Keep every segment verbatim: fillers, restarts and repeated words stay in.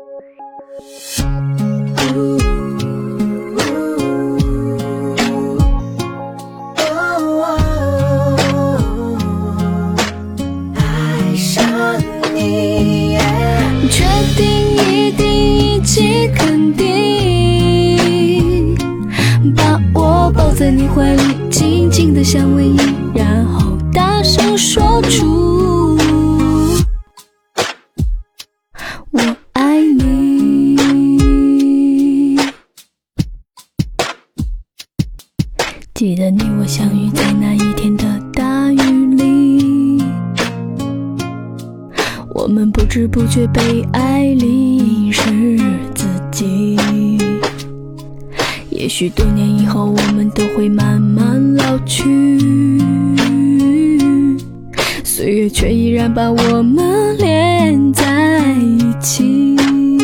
爱上你，确定一定一起肯定，把我抱在你怀里，紧紧地相偎依，然后大声说出我爱你。记得你我相遇在那一天的大雨里，我们不知不觉被爱淋湿自己。也许多年以后，我们都会慢慢老去，岁月却依然把我们连在一起。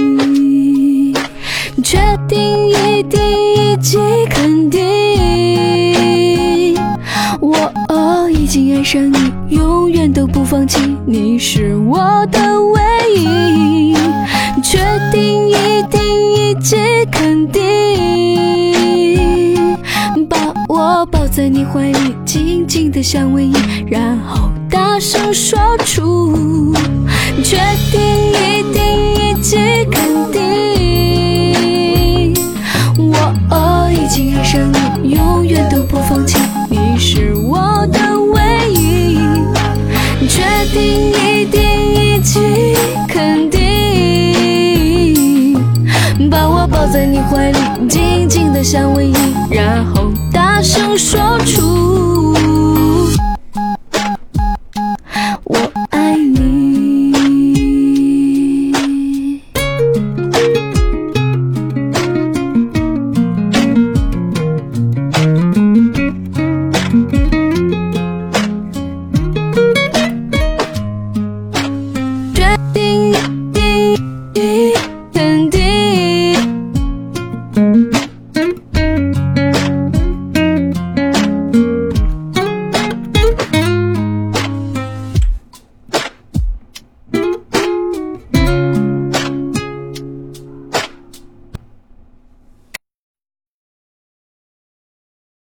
确定一定一起肯定，我哦已经爱上你，永远都不放弃，你是我的唯一。确定一定一起肯定，把我抱在你怀里，紧紧地相偎依，然后大声说出确定一定一起肯定，我哦已经爱上你，永远都不放弃，你是我的唯一。确定一定一起肯定，把我抱在你怀里，紧紧地相偎依，然后大声说出